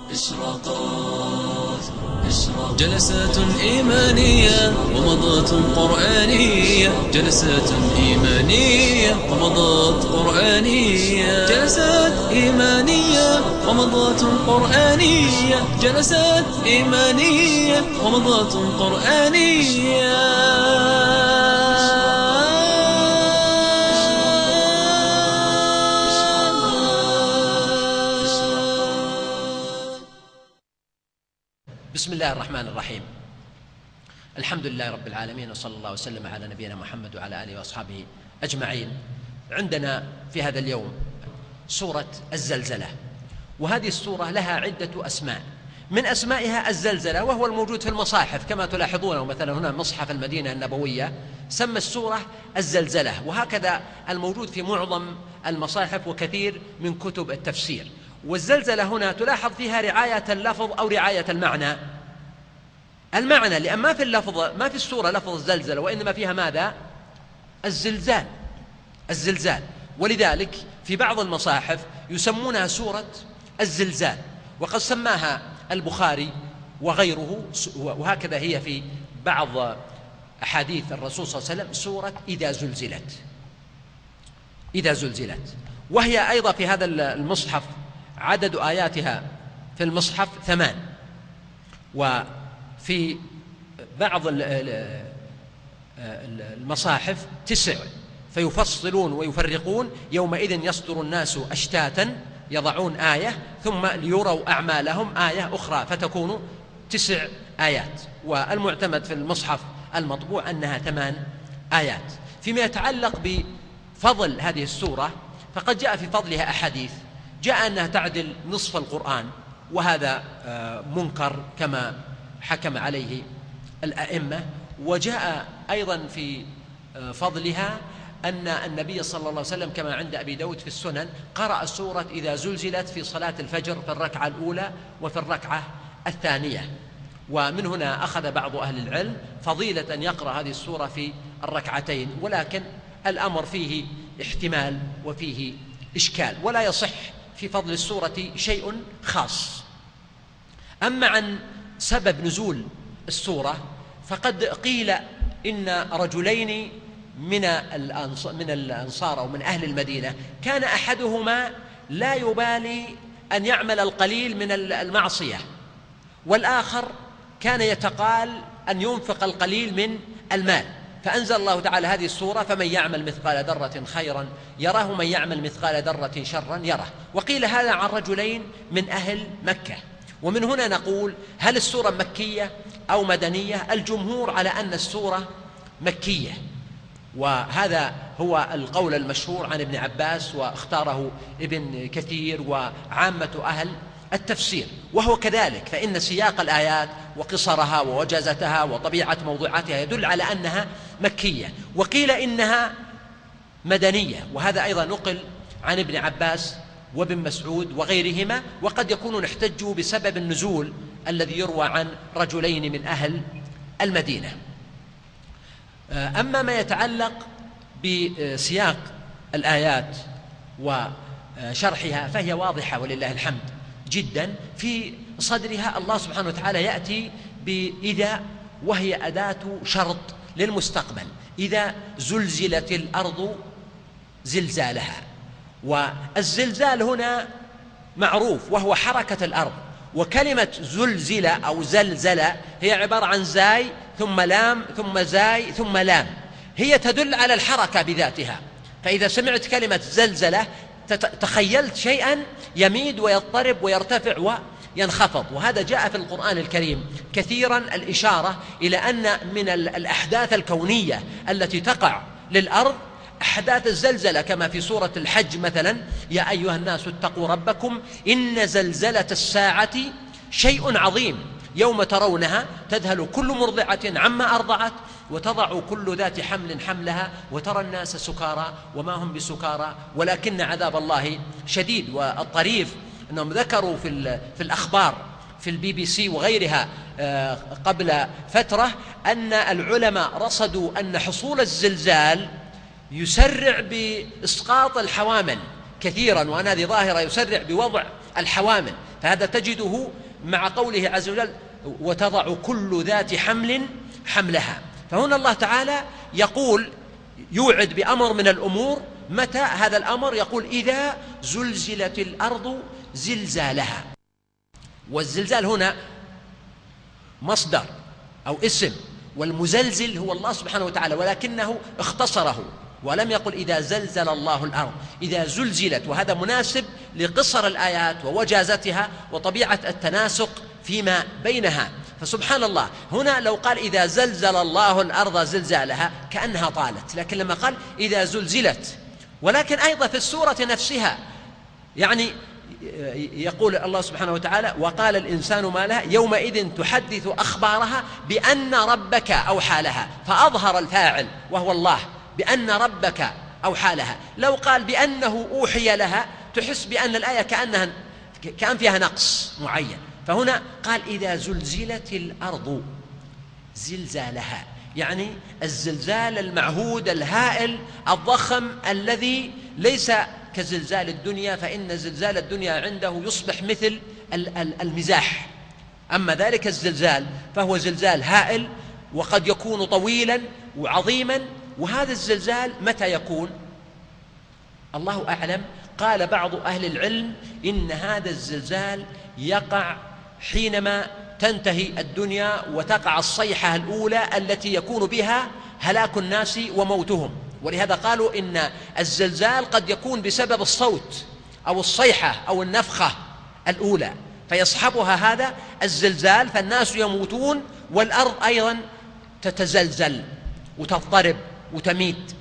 جلسات إيمانية ومضات قرآنية، جلسات إيمانية ومضات قرآنية، جلسات إيمانية ومضات قرآنية، جلسات إيمانية ومضات قرآنية. بسم الله الرحمن الرحيم. الحمد لله رب العالمين، وصلى الله وسلم على نبينا محمد وعلى آله وأصحابه أجمعين. عندنا في هذا اليوم سورة الزلزلة، وهذه السورة لها عدة أسماء، من أسمائها الزلزلة، وهو الموجود في المصاحف كما تلاحظون. مثلا هنا مصحف المدينة النبوية سمى السورة الزلزلة، وهكذا الموجود في معظم المصاحف وكثير من كتب التفسير. والزلزلة هنا تلاحظ فيها رعاية اللفظ أو رعاية المعنى، لأن ما في اللفظ، ما في السورة لفظ الزلزلة، وإنما فيها ماذا؟ الزلزال. ولذلك في بعض المصاحف يسمونها سورة الزلزال، وقد سماها البخاري وغيره، وهكذا هي في بعض أحاديث الرسول صلى الله عليه وسلم سورة إذا زلزلت. وهي أيضا في هذا المصحف عدد آياتها في المصحف 8، وفي بعض المصاحف 9، فيفصلون ويفرقون: يومئذ يصدر الناس أشتاتا يضعون آية ثم ليروا أعمالهم آية أخرى، فتكون 9 آيات. والمعتمد في المصحف المطبوع أنها 8 آيات. فيما يتعلق بفضل هذه السورة، فقد جاء في فضلها أحاديث، جاء أنها تعدل نصف القرآن، وهذا منكر كما حكم عليه الأئمة. وجاء أيضا في فضلها أن النبي صلى الله عليه وسلم كما عند أبي داود في السنن قرأ سورة إذا زلزلت في صلاة الفجر في الركعة الأولى وفي الركعة الثانية. ومن هنا أخذ بعض أهل العلم فضيلة أن يقرأ هذه السورة في الركعتين، ولكن الأمر فيه احتمال وفيه إشكال، ولا يصح في فضل السورة شيء خاص. أما عن سبب نزول السورة، فقد قيل إن رجلين من الأنصار أو من أهل المدينة، كان أحدهما لا يبالي أن يعمل القليل من المعصية، والآخر كان يتقال أن ينفق القليل من المال، فأنزل الله تعالى هذه السورة: فمن يعمل مثقال ذرة خيرا يره، من يعمل مثقال ذرة شرا يره. وقيل هذا عن رجلين من أهل مكة. ومن هنا نقول: هل السورة مكية أو مدنية؟ الجمهور على أن السورة مكية، وهذا هو القول المشهور عن ابن عباس، واختاره ابن كثير وعامة أهل التفسير، وهو كذلك، فإن سياق الآيات وقصرها ووجازتها وطبيعة موضوعاتها يدل على أنها مكية. وقيل إنها مدنية، وهذا أيضا نقل عن ابن عباس وابن مسعود وغيرهما، وقد يكونون احتجوا بسبب النزول الذي يروى عن رجلين من أهل المدينة. أما ما يتعلق بسياق الآيات وشرحها فهي واضحة ولله الحمد جدا. في صدرها الله سبحانه وتعالى يأتي بإذا، وهي أداة شرط للمستقبل: إذا زلزلت الأرض زلزالها. والزلزال هنا معروف وهو حركة الأرض، وكلمة زلزل أو زلزل هي عبارة عن زاي ثم لام ثم زاي ثم لام، هي تدل على الحركة بذاتها. فإذا سمعت كلمة زلزلة تخيلت شيئا يميد ويضطرب ويرتفع وينخفض. وهذا جاء في القرآن الكريم كثيرا الإشارة إلى أن من الأحداث الكونية التي تقع للأرض أحداث الزلزلة، كما في سورة الحج مثلا: يا أيها الناس اتقوا ربكم إن زلزلة الساعة شيء عظيم يوم ترونها تذهل كل مرضعة عما أرضعت وتضع كل ذات حمل حملها وترى الناس سكارى وما هم بسكارى ولكن عذاب الله شديد. والطريف أنهم ذكروا في الأخبار في الBBC وغيرها قبل فترة أن العلماء رصدوا أن حصول الزلزال يسرع بإسقاط الحوامل، كثيرا، وأن هذه ظاهرة يسرع بوضع الحوامل، فهذا تجده مع قوله عز وجل وتضع كل ذات حمل حملها. فهنا الله تعالى يقول يوعد بأمر من الأمور. متى هذا الأمر؟ يقول إذا زلزلت الأرض زلزالها. والزلزال هنا مصدر أو اسم، والمزلزل هو الله سبحانه وتعالى، ولكنه اختصره ولم يقل إذا زلزل الله الأرض، إذا زلزلت، وهذا مناسب لقصر الآيات ووجازتها وطبيعة التناسق فيما بينها. فسبحان الله، هنا لو قال إذا زلزل الله الأرض زلزالها كأنها طالت، لكن لما قال إذا زلزلت، ولكن أيضا في السورة نفسها يعني يقول الله سبحانه وتعالى وقال الإنسان ما لها يومئذ تحدث أخبارها بأن ربك أوحى لها، فأظهر الفاعل وهو الله، بأن ربك أوحى لها. لو قال بأنه أوحي لها تحس بأن الآية كأن فيها نقص معين. فهنا قال إذا زلزلت الأرض زلزالها، يعني الزلزال المعهود الهائل الضخم الذي ليس كزلزال الدنيا، فإن زلزال الدنيا عنده يصبح مثل المزاح. أما ذلك الزلزال فهو زلزال هائل، وقد يكون طويلا وعظيما. وهذا الزلزال متى يكون؟ الله أعلم. قال بعض أهل العلم إن هذا الزلزال يقع حينما تنتهي الدنيا وتقع الصيحة الأولى التي يكون بها هلاك الناس وموتهم. ولهذا قالوا إن الزلزال قد يكون بسبب الصوت أو الصيحة أو النفخة الأولى، فيصحبها هذا الزلزال، فالناس يموتون والأرض أيضا تتزلزل وتضطرب وتميت.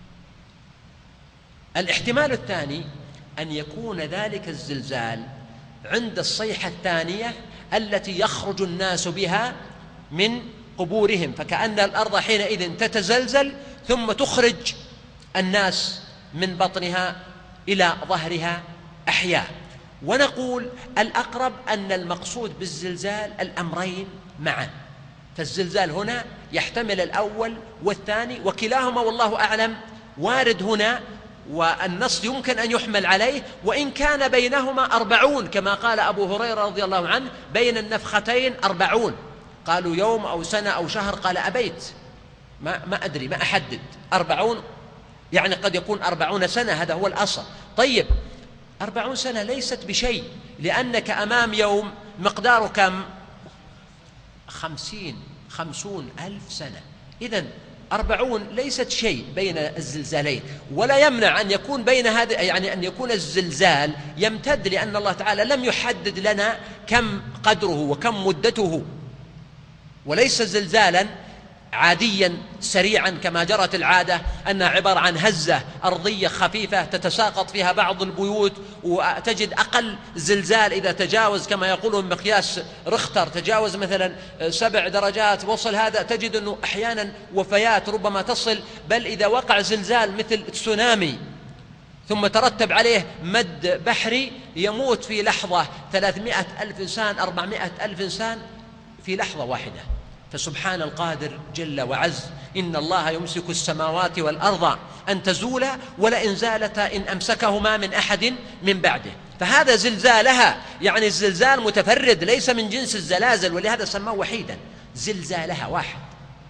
الاحتمال الثاني أن يكون ذلك الزلزال عند الصيحة الثانية التي يخرج الناس بها من قبورهم، فكأن الأرض حينئذ تتزلزل ثم تخرج الناس من بطنها إلى ظهرها أحياء. ونقول الأقرب أن المقصود بالزلزال الأمرين معا، فالزلزال هنا يحتمل الأول والثاني، وكلاهما والله أعلم وارد هنا، والنص يمكن أن يحمل عليه، وإن كان بينهما 40 كما قال أبو هريرة رضي الله عنه بين النفختين 40. قالوا يوم أو سنة أو شهر، قال أبيت ما أدري، ما أحدد. 40 يعني قد يكون 40 سنة، هذا هو الأصل. طيب 40 سنة ليست بشيء، لأنك أمام يوم مقداره كم؟ 50 ألف سنة. إذن 40 ليست شيء بين الزلزالين، ولا يمنع أن يكون بين هذا، يعني أن يكون الزلزال يمتد، لأن الله تعالى لم يحدد لنا كم قدره وكم مدته، وليس زلزالا عاديا سريعا كما جرت العادة، أنها عبارة عن هزة أرضية خفيفة تتساقط فيها بعض البيوت، وتجد أقل زلزال إذا تجاوز كما يقولون مقياس رختر، تجاوز مثلا 7 درجات، وصل هذا تجد أنه أحيانا وفيات ربما تصل، بل إذا وقع زلزال مثل تسونامي ثم ترتب عليه مد بحري يموت في لحظة 300 ألف إنسان 400 ألف إنسان في لحظة واحدة. فسبحان القادر جل وعز، إن الله يمسك السماوات والأرض أن تزولا ولئن زالتا إن أمسكهما من أحد من بعده. فهذا زلزالها، يعني الزلزال متفرد ليس من جنس الزلازل، ولهذا سماه وحيدا، زلزالها واحد.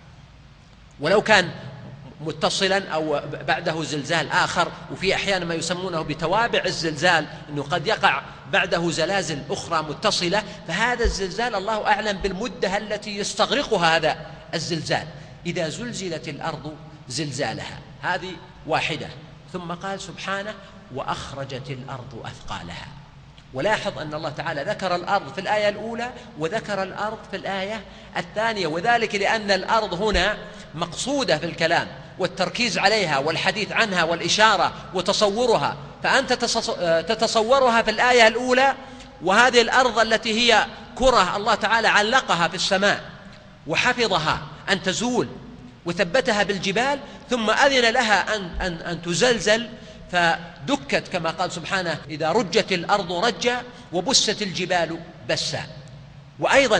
ولو كان متصلا أو بعده زلزال آخر، وفي أحيانا ما يسمونه بتوابع الزلزال، أنه قد يقع بعده زلازل أخرى متصلة، فهذا الزلزال الله أعلم بالمدة التي يستغرقها هذا الزلزال. إذا زلزلت الأرض زلزالها، هذه واحدة. ثم قال سبحانه وأخرجت الأرض أثقالها. ولاحظ أن الله تعالى ذكر الأرض في الآية الأولى وذكر الأرض في الآية الثانية، وذلك لأن الأرض هنا مقصودة في الكلام والتركيز عليها والحديث عنها والإشارة وتصورها، فأنت تتصورها في الآية الأولى، وهذه الأرض التي هي كرة الله تعالى علقها في السماء وحفظها أن تزول وثبتها بالجبال، ثم أذن لها أن تزلزل فدكت كما قال سبحانه إذا رجت الأرض رجا وبست الجبال بسا. وأيضا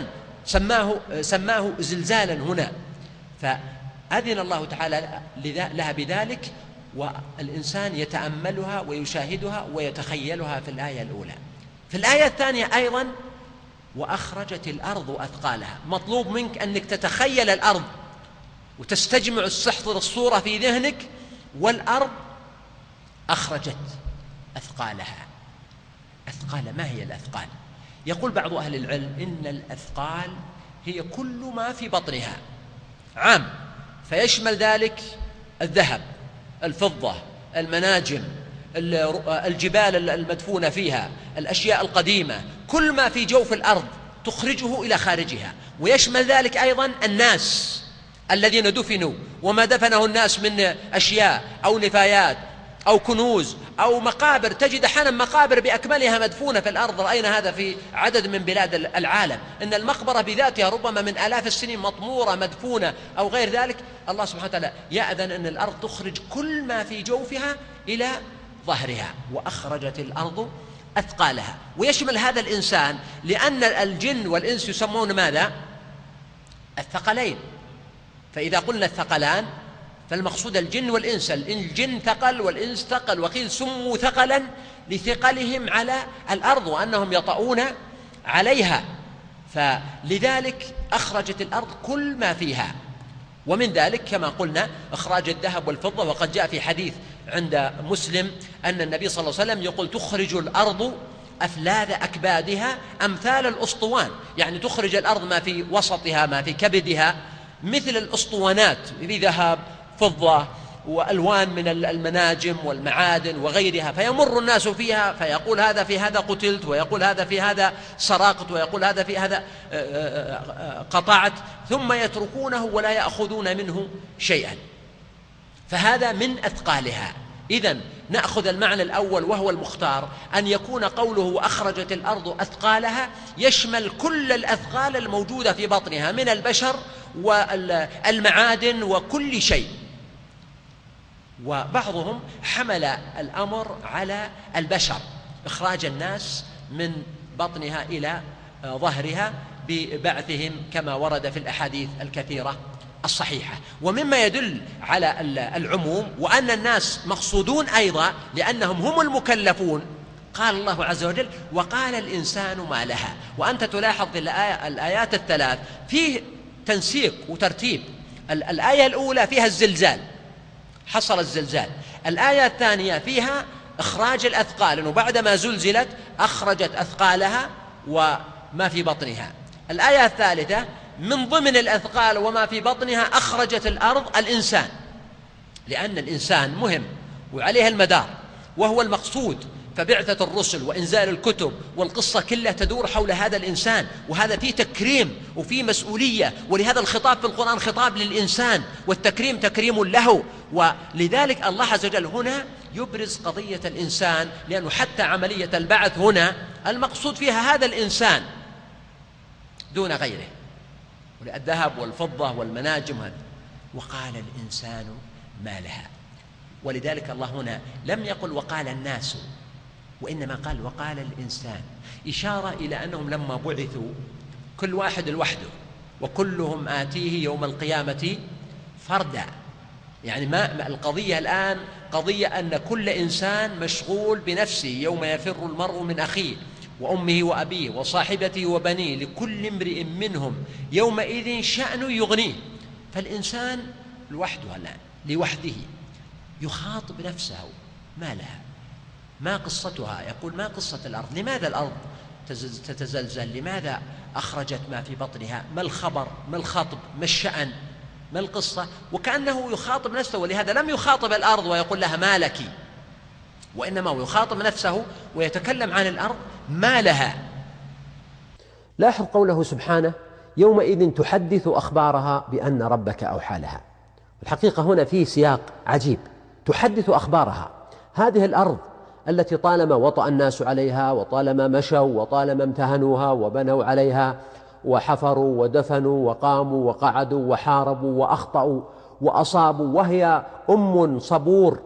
سماه زلزالا هنا، فأذن الله تعالى لها بذلك والإنسان يتأملها ويشاهدها ويتخيلها في الآية الأولى. في الآية الثانية أيضا وأخرجت الأرض أثقالها، مطلوب منك أنك تتخيل الأرض وتستجمع استحضر الصورة في ذهنك، والأرض أخرجت أثقالها. أثقال، ما هي الأثقال؟ يقول بعض أهل العلم إن الأثقال هي كل ما في بطنها عام، فيشمل ذلك الذهب، الفضة، المناجم، الجبال المدفونة فيها، الأشياء القديمة، كل ما في جوف الأرض تخرجه إلى خارجها. ويشمل ذلك أيضا الناس الذين دفنوا وما دفنه الناس من أشياء أو نفايات أو كنوز أو مقابر، تجد أحيانا مقابر بأكملها مدفونة في الأرض. رأينا هذا في عدد من بلاد العالم، إن المقبرة بذاتها ربما من آلاف السنين مطمورة مدفونة أو غير ذلك. الله سبحانه وتعالى يأذن أن الأرض تخرج كل ما في جوفها إلى ظهرها. وأخرجت الأرض أثقالها، ويشمل هذا الإنسان، لأن الجن والإنس يسمون ماذا؟ الثقلين. فإذا قلنا الثقلان فالمقصود الجن والإنس، الجن ثقل والإنس ثقل، وقيل سموا ثقلا لثقلهم على الأرض وأنهم يطؤون عليها، فلذلك أخرجت الأرض كل ما فيها. ومن ذلك كما قلنا إخراج الذهب والفضة، وقد جاء في حديث عند مسلم أن النبي صلى الله عليه وسلم يقول تخرج الأرض أفلاذ أكبادها أمثال الأسطوان، يعني تخرج الأرض ما في وسطها ما في كبدها مثل الأسطوانات، في ذهب فضة وألوان من المناجم والمعادن وغيرها، فيمر الناس فيها فيقول هذا في هذا قتلت، ويقول هذا في هذا سرقت، ويقول هذا في هذا قطعت، ثم يتركونه ولا يأخذون منه شيئا. فهذا من أثقالها. إذن نأخذ المعنى الأول وهو المختار، أن يكون قوله وأخرجت الأرض أثقالها يشمل كل الأثقال الموجودة في بطنها من البشر والمعادن وكل شيء. وبعضهم حمل الأمر على البشر، إخراج الناس من بطنها إلى ظهرها ببعثهم كما ورد في الأحاديث الكثيرة الصحيحة. ومما يدل على العموم وأن الناس مقصودون أيضا لأنهم هم المكلفون، قال الله عز وجل وقال الإنسان ما لها. وأنت تلاحظ في الآيات الثلاث فيه تنسيق وترتيب. الآية الأولى فيها الزلزال، حصل الزلزال. الآية الثانية فيها إخراج الأثقال، وبعدما زلزلت أخرجت أثقالها وما في بطنها. الآية الثالثة من ضمن الأثقال وما في بطنها أخرجت الأرض الإنسان، لأن الإنسان مهم وعليها المدار وهو المقصود، فبعثة الرسل وإنزال الكتب والقصة كلها تدور حول هذا الإنسان، وهذا فيه تكريم وفيه مسؤولية، ولهذا الخطاب في القرآن خطاب للإنسان والتكريم تكريم له. ولذلك الله عز وجل هنا يبرز قضية الإنسان، لأنه حتى عملية البعث هنا المقصود فيها هذا الإنسان دون غيره، الذهب والفضة والمناجم هذا. وقال الإنسان ما لها، ولذلك الله هنا لم يقل وقال الناس، وإنما قال وقال الإنسان، إشارة إلى أنهم لما بعثوا كل واحد لوحده وكلهم آتيه يوم القيامة فردا. يعني ما القضية الآن قضية أن كل إنسان مشغول بنفسه، يوم يفر المرء من أخيه وأمه وأبيه وصاحبته وبنيه لكل امرئ منهم يومئذ شأن يغنيه. فالإنسان لوحده الآن لوحده يخاطب نفسه ما لها، ما قصتها. يقول ما قصة الأرض، لماذا الأرض تتزلزل، لماذا أخرجت ما في بطنها، ما الخبر، ما الخطب، ما الشأن، ما القصة. وكأنه يخاطب نفسه، ولهذا لم يخاطب الأرض ويقول لها ما لك، وإنما هو يخاطب نفسه ويتكلم عن الأرض ما لها. لاحظ قوله سبحانه يومئذ تحدث أخبارها بأن ربك أوحى لها. الحقيقة هنا فيه سياق عجيب، تحدث أخبارها. هذه الأرض التي طالما وطأ الناس عليها وطالما مشوا وطالما امتهنوها وبنوا عليها وحفروا ودفنوا وقاموا وقعدوا وحاربوا وأخطأوا وأصابوا، وهي أم صبور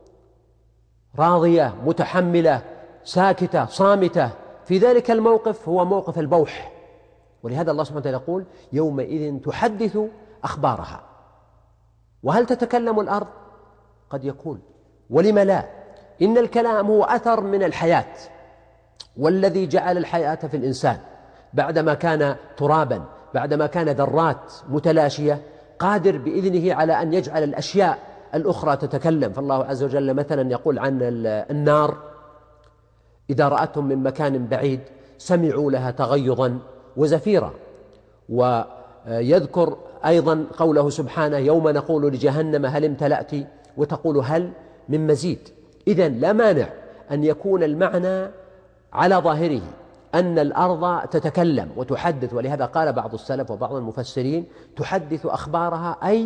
راضية متحملة ساكتة صامتة، في ذلك الموقف هو موقف البوح. ولهذا الله سبحانه وتعالى يقول يومئذ تحدث أخبارها. وهل تتكلم الأرض؟ قد يكون، ولم لا؟ إن الكلام هو أثر من الحياة، والذي جعل الحياة في الإنسان بعدما كان ترابا، بعدما كان ذرات متلاشية، قادر بإذنه على أن يجعل الأشياء الأخرى تتكلم. فالله عز وجل مثلا يقول عن النار: إذا رأتهم من مكان بعيد سمعوا لها تغيظا وزفيرا. ويذكر أيضا قوله سبحانه: يوم نقول لجهنم هل امتلأت، وتقول هل من مزيد. إذن لا مانع أن يكون المعنى على ظاهره أن الأرض تتكلم وتحدث، ولهذا قال بعض السلف وبعض المفسرين: تحدث أخبارها، أي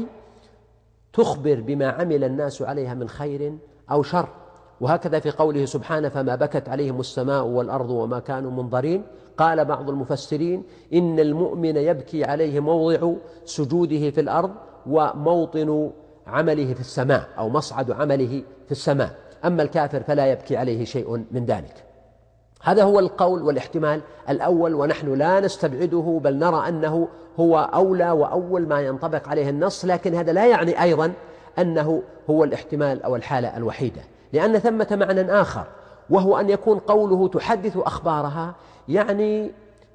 تخبر بما عمل الناس عليها من خير أو شر. وهكذا في قوله سبحانه: فما بكت عليهم السماء والأرض وما كانوا منظرين. قال بعض المفسرين: إن المؤمن يبكي عليه موضع سجوده في الأرض وموطن عمله في السماء، أو مصعد عمله في السماء، أما الكافر فلا يبكي عليه شيء من ذلك. هذا هو القول والاحتمال الأول، ونحن لا نستبعده، بل نرى أنه هو أولى وأول ما ينطبق عليه النص. لكن هذا لا يعني أيضا أنه هو الاحتمال أو الحالة الوحيدة، لأن ثمة معنى آخر، وهو أن يكون قوله تحدث أخبارها يعني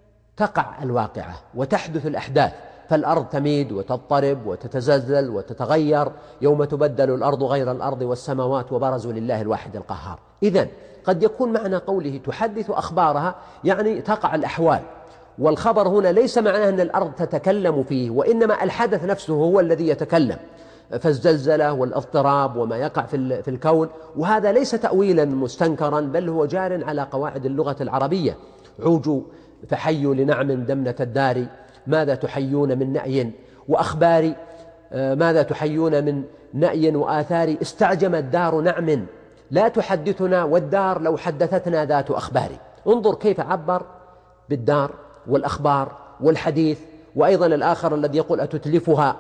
تقع الواقعة وتحدث الأحداث، فالأرض تميد وتضطرب وتتزلزل وتتغير يوم تبدل الأرض غير الأرض والسماوات وبرزوا لله الواحد القهار. إذن قد يكون معنى قوله تحدث أخبارها يعني تقع الأحوال، والخبر هنا ليس معناه أن الأرض تتكلم فيه، وإنما الحدث نفسه هو الذي يتكلم، فالزلزلة والاضطراب وما يقع في الكون. وهذا ليس تأويلا مستنكرا، بل هو جار على قواعد اللغة العربية: عوجوا فحيوا لنعم دمنة الدار، ماذا تحيون من نأي وأخبار، ماذا تحيون من نأي وآثار، استعجم الدار نعم لا تحدثنا، والدار لو حدثتنا ذات أخبار. انظر كيف عبر بالدار والأخبار والحديث. وأيضا الآخر الذي يقول: أتتلفها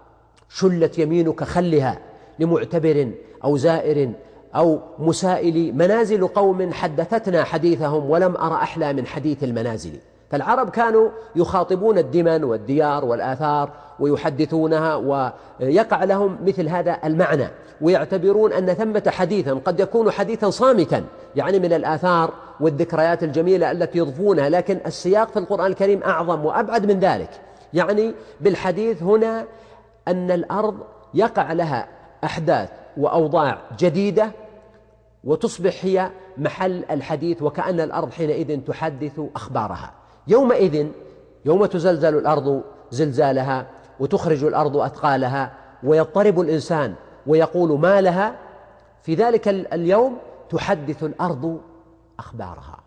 شلت يمينك خلها لمعتبر أو زائر أو مسائل، منازل قوم حدثتنا حديثهم ولم أر أحلى من حديث المنازل. فالعرب كانوا يخاطبون الدمن والديار والآثار ويحدثونها، ويقع لهم مثل هذا المعنى، ويعتبرون أن ثمة حديثا قد يكون حديثا صامتا، يعني من الآثار والذكريات الجميلة التي يضفونها. لكن السياق في القرآن الكريم أعظم وأبعد من ذلك، يعني بالحديث هنا أن الأرض يقع لها أحداث وأوضاع جديدة وتصبح هي محل الحديث، وكأن الأرض حينئذ تحدث أخبارها. يومئذ يوم تزلزل الأرض زلزالها وتخرج الأرض أثقالها ويضطرب الإنسان ويقول ما لها، في ذلك اليوم تحدث الأرض أخبارها.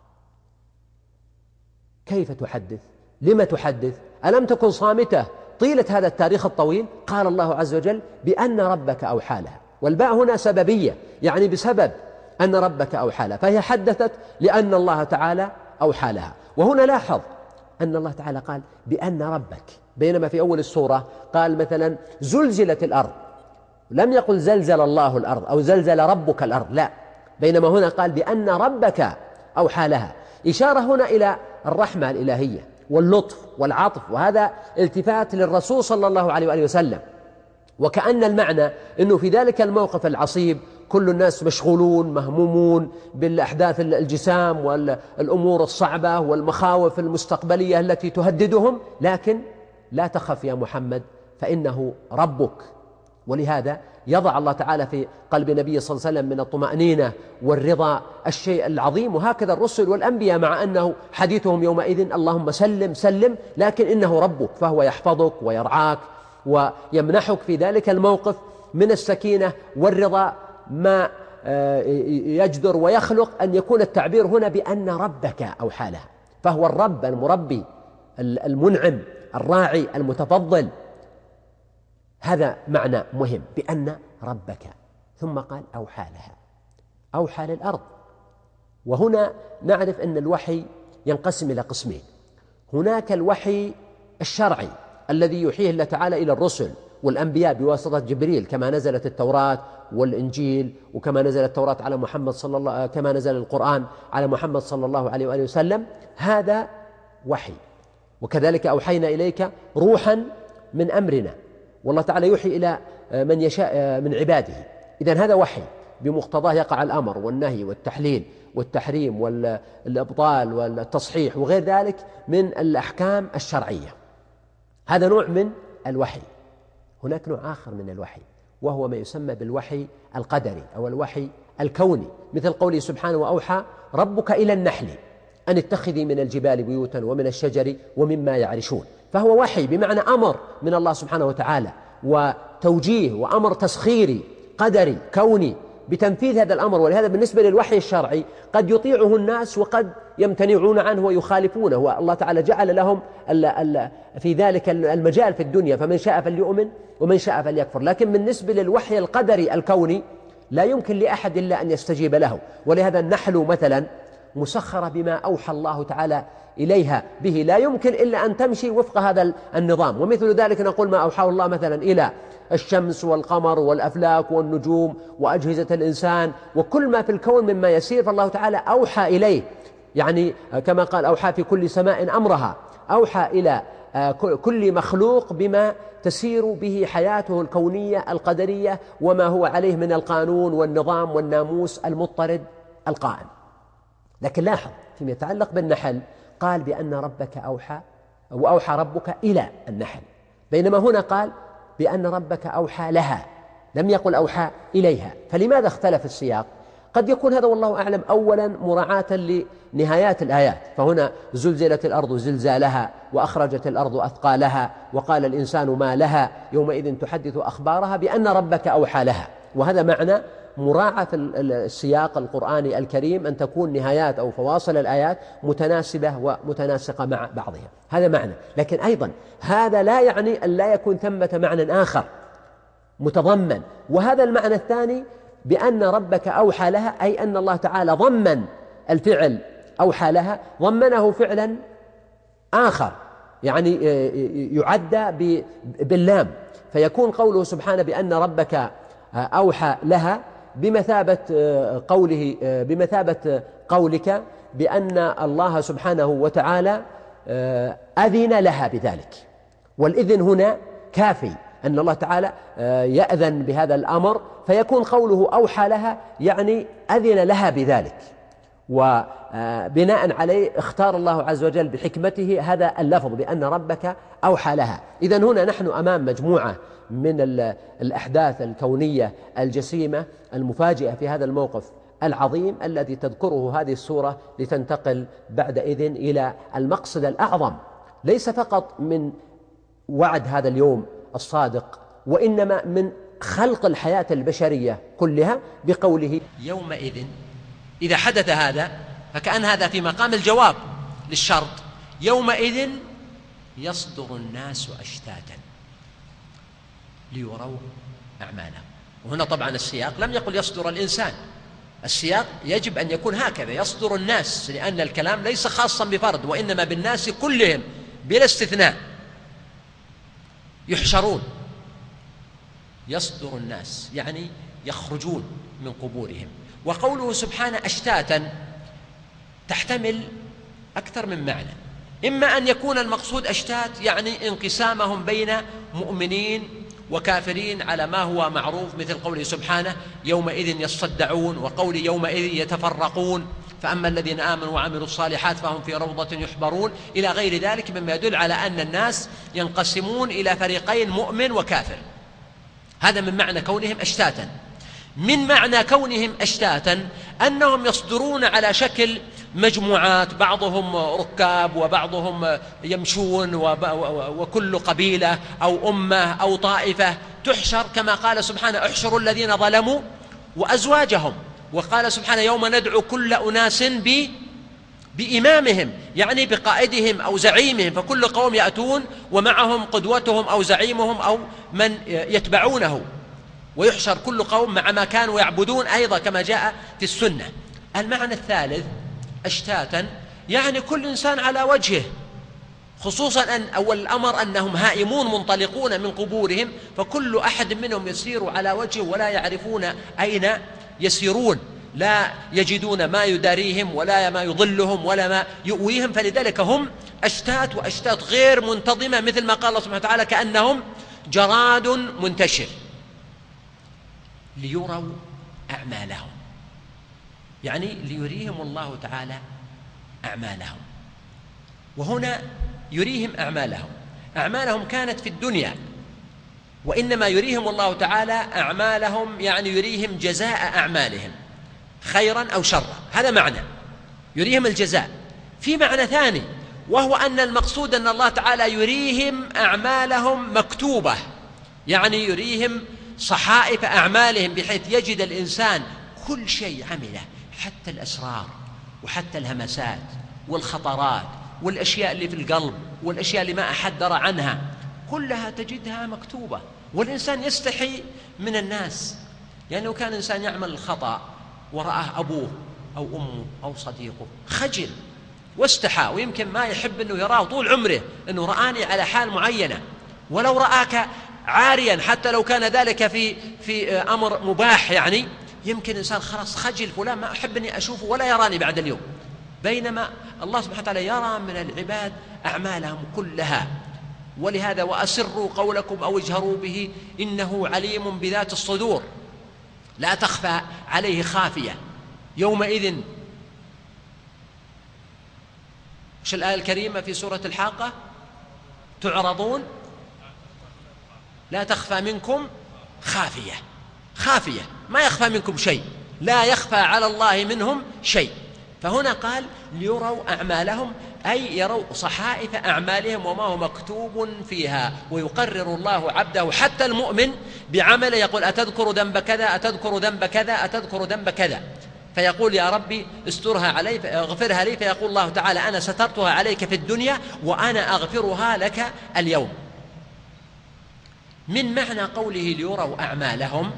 كيف تحدث؟ لما تحدث؟ ألم تكن صامتة طيلة هذا التاريخ الطويل؟ قال الله عز وجل: بأن ربك أوحى لها، والباء هنا سببية، يعني بسبب أن ربك أوحى لها، فهي حدثت لأن الله تعالى أوحى لها. وهنا لاحظ أن الله تعالى قال بأن ربك، بينما في أول السورة قال مثلا زلزلت الأرض، لم يقل زلزل الله الأرض أو زلزل ربك الأرض، لا، بينما هنا قال بأن ربك أوحى لها، إشارة هنا إلى الرحمة الإلهية واللطف والعطف، وهذا التفات للرسول صلى الله عليه وآله وسلم. وكأن المعنى أنه في ذلك الموقف العصيب كل الناس مشغولون مهمومون بالأحداث الجسام والأمور الصعبة والمخاوف المستقبلية التي تهددهم، لكن لا تخف يا محمد فإنه ربك. ولهذا يضع الله تعالى في قلب النبي صلى الله عليه وسلم من الطمأنينة والرضا الشيء العظيم. وهكذا الرسل والأنبياء، مع أنه حديثهم يومئذ اللهم سلم سلم، لكن إنه ربك، فهو يحفظك ويرعاك ويمنحك في ذلك الموقف من السكينة والرضا ما يجدر ويخلق أن يكون التعبير هنا بأن ربك أوحى لها، فهو الرب المربي المنعم الراعي المتفضل. هذا معنى مهم، بأن ربك. ثم قال أوحى لها، أوحى للأرض. وهنا نعرف أن الوحي ينقسم إلى قسمين: هناك الوحي الشرعي الذي يوحيه الله تعالى إلى الرسل والأنبياء بواسطة جبريل، كما نزلت التوراة والإنجيل، وكما نزل التوراة على محمد كما نزل القرآن على محمد صلى الله عليه وآله وسلم، هذا وحي. وكذلك أوحينا إليك روحا من أمرنا، والله تعالى يوحي إلى من يشاء من عباده، إذن هذا وحي. بمقتضاه يقع الأمر والنهي والتحليل والتحريم والإبطال والتصحيح وغير ذلك من الأحكام الشرعية. هذا نوع من الوحي. هناك نوع آخر من الوحي وهو ما يسمى بالوحي القدري أو الوحي الكوني، مثل قوله سبحانه: وأوحى ربك إلى النحل أن اتخذي من الجبال بيوتا ومن الشجر ومما يعرشون. فهو وحي بمعنى أمر من الله سبحانه وتعالى وتوجيه وأمر تسخيري قدري كوني بتنفيذ هذا الأمر. ولهذا بالنسبة للوحي الشرعي قد يطيعه الناس وقد يمتنعون عنه ويخالفونه، والله تعالى جعل لهم في ذلك المجال في الدنيا، فمن شاء فليؤمن ومن شاء فليكفر. لكن بالنسبة للوحي القدري الكوني لا يمكن لأحد إلا أن يستجيب له. ولهذا النحل مثلا مسخرة بما أوحى الله تعالى إليها به، لا يمكن إلا أن تمشي وفق هذا النظام. ومثل ذلك نقول ما أوحى الله مثلا إلى الشمس والقمر والأفلاك والنجوم وأجهزة الإنسان وكل ما في الكون مما يسير، فالله تعالى أوحى إليه، يعني كما قال: أوحى في كل سماء أمرها، أوحى إلى كل مخلوق بما تسير به حياته الكونية القدرية وما هو عليه من القانون والنظام والناموس المضطرد القائم. لكن لاحظ فيما يتعلق بالنحل قال بأن ربك أوحى وأوحى ربك إلى النحل، بينما هنا قال بأن ربك أوحى لها، لم يقل أوحى إليها. فلماذا اختلف السياق؟ قد يكون هذا والله أعلم أولا مراعاة لنهايات الآيات، فهنا زلزلت الأرض زلزالها وأخرجت الأرض أثقالها وقال الإنسان ما لها يومئذ تحدث أخبارها بأن ربك أوحى لها. وهذا معنى مراعاة في السياق القرآني الكريم أن تكون نهايات أو فواصل الآيات متناسبة ومتناسقة مع بعضها، هذا معنى. لكن أيضا هذا لا يعني أن لا يكون ثمة معنى آخر متضمن، وهذا المعنى الثاني بأن ربك أوحى لها، أي أن الله تعالى ضمن الفعل أوحى لها ضمنه فعلا آخر، يعني يعدى باللام، فيكون قوله سبحانه بأن ربك أوحى لها بمثابة قولك بأن الله سبحانه وتعالى أذن لها بذلك. والإذن هنا كافي، أن الله تعالى يأذن بهذا الأمر، فيكون قوله أوحى لها يعني أذن لها بذلك، وبناء عليه اختار الله عز وجل بحكمته هذا اللفظ بأن ربك أوحى لها. إذن هنا نحن أمام مجموعة من الأحداث الكونية الجسيمة المفاجئة في هذا الموقف العظيم الذي تذكره هذه السورة، لتنتقل بعد إذن إلى المقصد الأعظم، ليس فقط من وعد هذا اليوم الصادق، وإنما من خلق الحياة البشرية كلها بقوله يومئذ. إذا حدث هذا فكأن هذا في مقام الجواب للشرط. يومئذ يصدر الناس أشتاتا ليروا أعمالهم. وهنا طبعا السياق لم يقل يصدر الإنسان، السياق يجب أن يكون هكذا: يصدر الناس، لأن الكلام ليس خاصا بفرد وإنما بالناس كلهم بلا استثناء. يحشرون، يصدر الناس يعني يخرجون من قبورهم. وقوله سبحانه أشتاتا تحتمل أكثر من معنى، إما أن يكون المقصود أشتات يعني انقسامهم بين مؤمنين وكافرين على ما هو معروف، مثل قوله سبحانه يومئذ يصدعون، وقول يومئذ يتفرقون، فأما الذين آمنوا وعملوا الصالحات فهم في روضة يحبرون، إلى غير ذلك مما يدل على أن الناس ينقسمون إلى فريقين مؤمن وكافر. هذا من معنى كونهم أشتاتا. من معنى كونهم أشتاتا أنهم يصدرون على شكل مجموعات، بعضهم ركاب وبعضهم يمشون، وكل قبيلة أو أمة أو طائفة تحشر، كما قال سبحانه احشروا الذين ظلموا وأزواجهم. وقال سبحانه يوم ندعو كل أناس بإمامهم، يعني بقائدهم أو زعيمهم، فكل قوم يأتون ومعهم قدوتهم أو زعيمهم أو من يتبعونه، ويحشر كل قوم مع ما كانوا يعبدون أيضا كما جاء في السنة. المعنى الثالث أشتاتا يعني كل إنسان على وجهه، خصوصا أن أول الأمر أنهم هائمون منطلقون من قبورهم، فكل أحد منهم يسير على وجهه ولا يعرفون أين يسيرون، لا يجدون ما يداريهم ولا ما يضلهم ولا ما يؤويهم، فلذلك هم أشتات، وأشتات غير منتظمة، مثل ما قال الله سبحانه وتعالى كأنهم جراد منتشر. ليروا أعمالهم، يعني ليريهم الله تعالى أعمالهم. وهنا يريهم أعمالهم كانت في الدنيا، وإنما يريهم الله تعالى أعمالهم يعني يريهم جزاء أعمالهم خيرا أو شرا، هذا معنى يريهم الجزاء. في معنى ثاني، وهو أن المقصود أن الله تعالى يريهم أعمالهم مكتوبة، يعني يريهم صحائف أعمالهم، بحيث يجد الإنسان كل شيء عمله، حتى الأسرار وحتى الهمسات والخطرات والأشياء اللي في القلب والأشياء اللي ما أحد درى عنها، كلها تجدها مكتوبة. والإنسان يستحي من الناس، يعني لو كان الإنسان يعمل الخطأ ورآه أبوه أو أمه أو صديقه خجل واستحى، ويمكن ما يحب أنه يراه طول عمره أنه رآني على حال معينة. ولو رآك عاريا حتى لو كان ذلك في أمر مباح، يعني يمكن الإنسان خلاص خجل، فلان ما أحب أني أشوفه ولا يراني بعد اليوم. بينما الله سبحانه وتعالى يرى من العباد أعمالهم كلها. ولهذا وأسروا قولكم أو اجهروا به إنه عليم بذات الصدور، لا تخفى عليه خافية. يومئذ، وش الآية الكريمة في سورة الحاقة؟ تعرضون لا تخفى منكم خافية. خافية، ما يخفى منكم شيء، لا يخفى على الله منهم شيء. فهنا قال ليروا أعمالهم، أي يروا صحائف أعمالهم وما هو مكتوب فيها. ويقرر الله عبده حتى المؤمن بعمله، يقول أتذكر ذنب كذا، أتذكر ذنب كذا، أتذكر ذنب كذا، فيقول يا ربي استرها علي، اغفرها لي، فيقول الله تعالى أنا سترتها عليك في الدنيا وأنا أغفرها لك اليوم. من معنى قوله ليروا أعمالهم،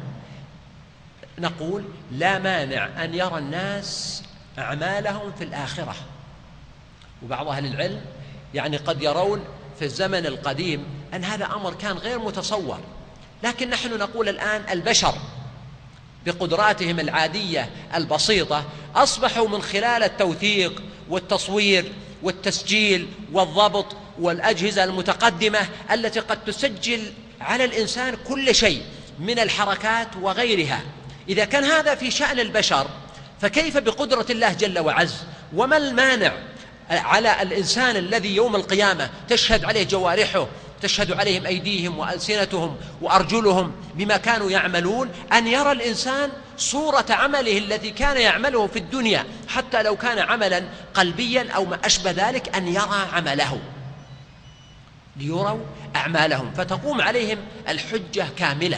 نقول لا مانع أن يرى الناس أعمالهم في الآخرة. وبعض أهل العلم يعني قد يرون في الزمن القديم أن هذا أمر كان غير متصور، لكن نحن نقول الآن البشر بقدراتهم العادية البسيطة أصبحوا من خلال التوثيق والتصوير والتسجيل والضبط والأجهزة المتقدمة التي قد تسجل على الإنسان كل شيء من الحركات وغيرها. إذا كان هذا في شأن البشر، فكيف بقدرة الله جل وعز؟ وما المانع على الإنسان الذي يوم القيامة تشهد عليه جوارحه، تشهد عليهم أيديهم وألسنتهم وأرجلهم بما كانوا يعملون، أن يرى الإنسان صورة عمله الذي كان يعمله في الدنيا، حتى لو كان عملا قلبيا أو ما أشبه ذلك، أن يرى عمله. ليروا أعمالهم، فتقوم عليهم الحجة كاملة.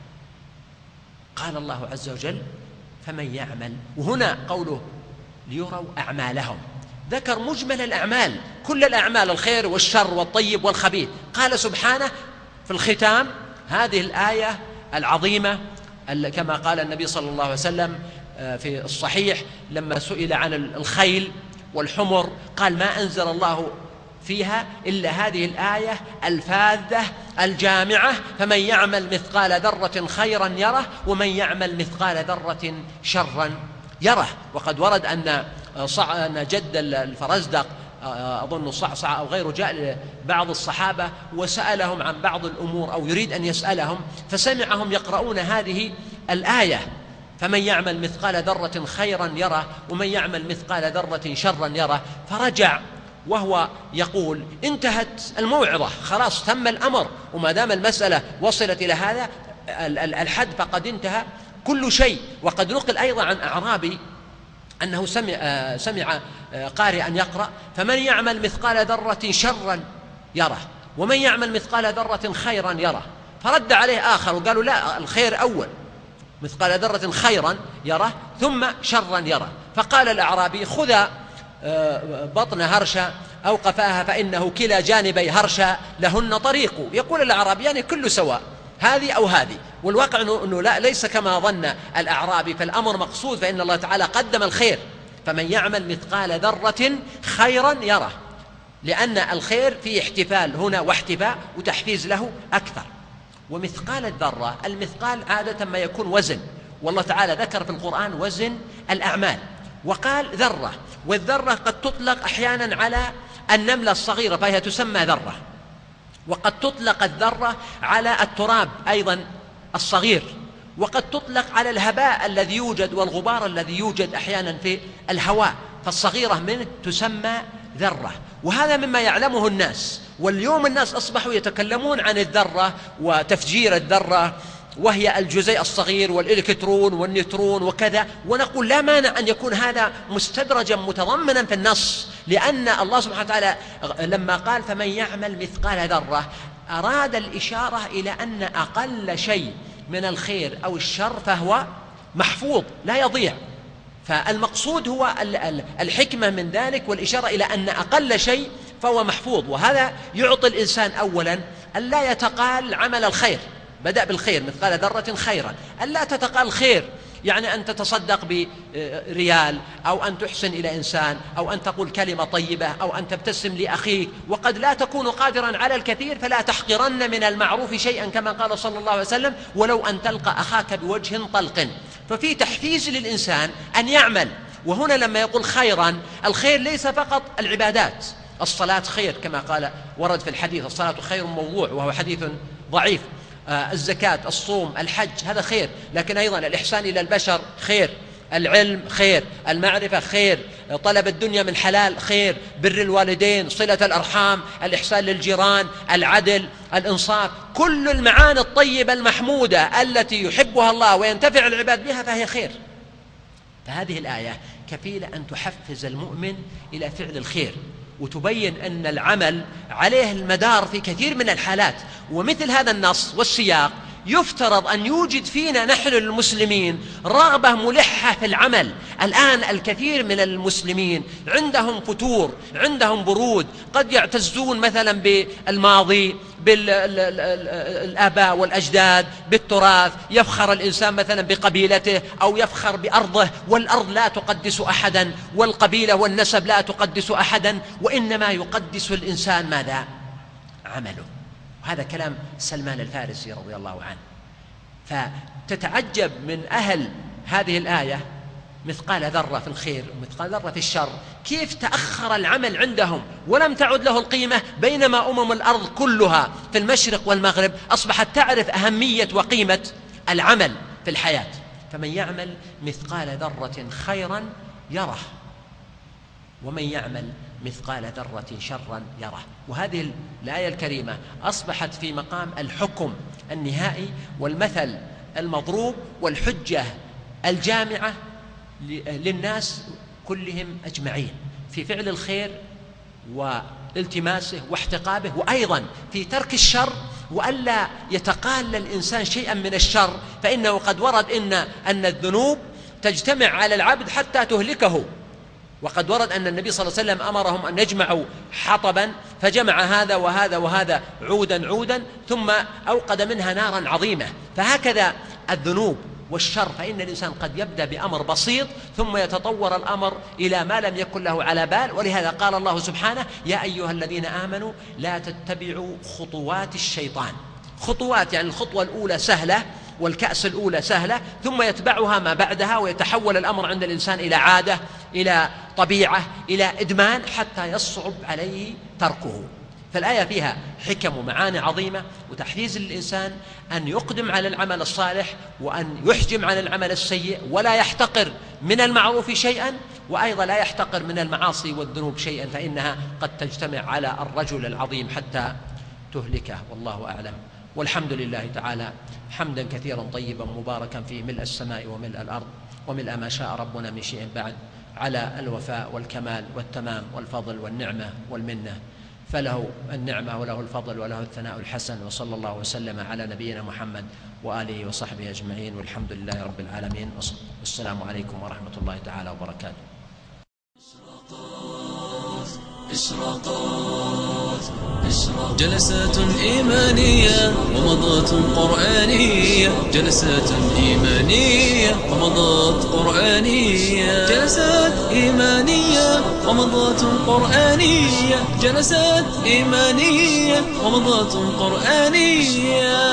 قال الله عز وجل فمن يعمل، وهنا قوله ليروا أعمالهم ذكر مجمل الأعمال، كل الأعمال، الخير والشر والطيب والخبيث. قال سبحانه في الختام هذه الآية العظيمة، كما قال النبي صلى الله عليه وسلم في الصحيح لما سئل عن الخيل والحمر، قال ما أنزل الله فيها إلا هذه الآية الفاذة الجامعة، فمن يعمل مثقال ذرة خيرا يره ومن يعمل مثقال ذرة شرا يره. وقد ورد أن جد الفرزدق أظن صعصع أو غيره جاء لبعض الصحابة وسألهم عن بعض الأمور أو يريد أن يسألهم، فسمعهم يقرؤون هذه الآية فمن يعمل مثقال ذرة خيرا يره ومن يعمل مثقال ذرة شرا يره، فرجع وهو يقول انتهت الموعظة، خلاص تم الأمر، وما دام المسألة وصلت إلى هذا الحد فقد انتهى كل شيء. وقد نقل أيضا عن أعرابي أنه سمع قارئا يقرأ فمن يعمل مثقال ذرة شرا يره ومن يعمل مثقال ذرة خيرا يره، فرد عليه آخر وقالوا لا، الخير أول، مثقال ذرة خيرا يره ثم شرا يره. فقال الأعرابي خذ بطن هرشا أو قفاها فإنه كلا جانبي هرشا لهن طريق. يقول الأعرابي يعني كل سواء، هذه أو هذه. والواقع أنه لا، ليس كما ظن الأعرابي، فالأمر مقصود، فإن الله تعالى قدم الخير، فمن يعمل مثقال ذرة خيرا يره، لأن الخير فيه احتفال هنا واحتفاء وتحفيز له أكثر. ومثقال الذرة، المثقال عادة ما يكون وزن، والله تعالى ذكر في القرآن وزن الأعمال وقال ذرة، والذرة قد تطلق أحيانا على النملة الصغيرة فهي تسمى ذرة، وقد تطلق الذرة على التراب أيضا الصغير، وقد تطلق على الهباء الذي يوجد والغبار الذي يوجد أحيانا في الهواء، فالصغيرة منه تسمى ذرة. وهذا مما يعلمه الناس، واليوم الناس أصبحوا يتكلمون عن الذرة وتفجير الذرة، وهي الجزيء الصغير والإلكترون والنيوترون وكذا، ونقول لا مانع أن يكون هذا مستدرجا متضمنا في النص، لأن الله سبحانه وتعالى لما قال فمن يعمل مثقال ذرة أراد الإشارة إلى أن أقل شيء من الخير أو الشر فهو محفوظ لا يضيع. فالمقصود هو الحكمة من ذلك والإشارة إلى أن أقل شيء فهو محفوظ، وهذا يعطي الإنسان أولا أن لا يتقال عمل الخير، بدأ بالخير مثقال ذرة خيرا، أن لا تتقال خير، يعني أن تتصدق بريال أو أن تحسن إلى إنسان أو أن تقول كلمة طيبة أو أن تبتسم لأخيك، وقد لا تكون قادرا على الكثير فلا تحقرن من المعروف شيئا كما قال صلى الله عليه وسلم ولو أن تلقى أخاك بوجه طلق. ففي تحفيز للإنسان أن يعمل. وهنا لما يقول خيرا، الخير ليس فقط العبادات، الصلاة خير كما قال ورد في الحديث الصلاة خير موضوع وهو حديث ضعيف، الزكاة، الصوم، الحج، هذا خير، لكن أيضا الإحسان إلى البشر خير، العلم خير، المعرفة خير، طلب الدنيا من حلال خير، بر الوالدين، صلة الأرحام، الإحسان للجيران، العدل، الإنصاف، كل المعاني الطيبة المحمودة التي يحبها الله وينتفع العباد بها فهي خير. فهذه الآية كفيلة أن تحفز المؤمن إلى فعل الخير، وتبين أن العمل عليه المدار في كثير من الحالات. ومثل هذا النص والسياق يفترض أن يوجد فينا نحن المسلمين رغبة ملحة في العمل. الآن الكثير من المسلمين عندهم فتور، عندهم برود، قد يعتزون مثلا بالماضي، بالآباء والأجداد، بالتراث، يفخر الإنسان مثلا بقبيلته أو يفخر بأرضه، والأرض لا تقدس أحدا، والقبيلة والنسب لا تقدس أحدا، وإنما يقدس الإنسان ماذا؟ عمله. وهذا كلام سلمان الفارسي رضي الله عنه. فتتعجب من أهل هذه الآية مثقال ذرة في الخير ومثقال ذرة في الشر، كيف تأخر العمل عندهم ولم تعد له القيمة، بينما أمم الأرض كلها في المشرق والمغرب أصبحت تعرف أهمية وقيمة العمل في الحياة. فمن يعمل مثقال ذرة خيرا يره، ومن يعمل مثقال ذرة شرا يره. وهذه الآية الكريمة أصبحت في مقام الحكم النهائي والمثل المضروب والحجة الجامعة للناس كلهم أجمعين في فعل الخير والتماسه واحتقابه، وأيضا في ترك الشر وألا يتقال الإنسان شيئا من الشر، فإنه قد ورد أن الذنوب تجتمع على العبد حتى تهلكه. وقد ورد أن النبي صلى الله عليه وسلم أمرهم أن يجمعوا حطبا، فجمع هذا وهذا وهذا عودا عودا ثم أوقد منها نارا عظيمة. فهكذا الذنوب والشر، فإن الإنسان قد يبدأ بأمر بسيط ثم يتطور الأمر إلى ما لم يكن له على بال. ولهذا قال الله سبحانه يا أيها الذين آمنوا لا تتبعوا خطوات الشيطان. خطوات يعني الخطوة الأولى سهلة والكأس الأولى سهلة، ثم يتبعها ما بعدها، ويتحول الأمر عند الإنسان إلى عادة، إلى طبيعة، إلى إدمان، حتى يصعب عليه تركه. فالآية فيها حكم ومعاني عظيمة، وتحفيز للإنسان أن يقدم على العمل الصالح وأن يحجم عن العمل السيء، ولا يحتقر من المعروف شيئا، وأيضا لا يحتقر من المعاصي والذنوب شيئا، فإنها قد تجتمع على الرجل العظيم حتى تهلكه. والله أعلم. والحمد لله تعالى حمدا كثيرا طيبا مباركا فيه، ملء السماء وملء الأرض وملء ما شاء ربنا من شيء بعد، على الوفاء والكمال والتمام والفضل والنعمة والمنة، فله النعمة وله الفضل وله الثناء الحسن. وصلى الله وسلم على نبينا محمد وآله وصحبه أجمعين، والحمد لله رب العالمين، والسلام عليكم ورحمة الله تعالى وبركاته. جلسات إيمانية ومضات قرآنية، جلسات إيمانية ومضات قرآنية، جلسات إيمانية ومضات قرآنية، جلسات إيمانية ومضات قرآنية.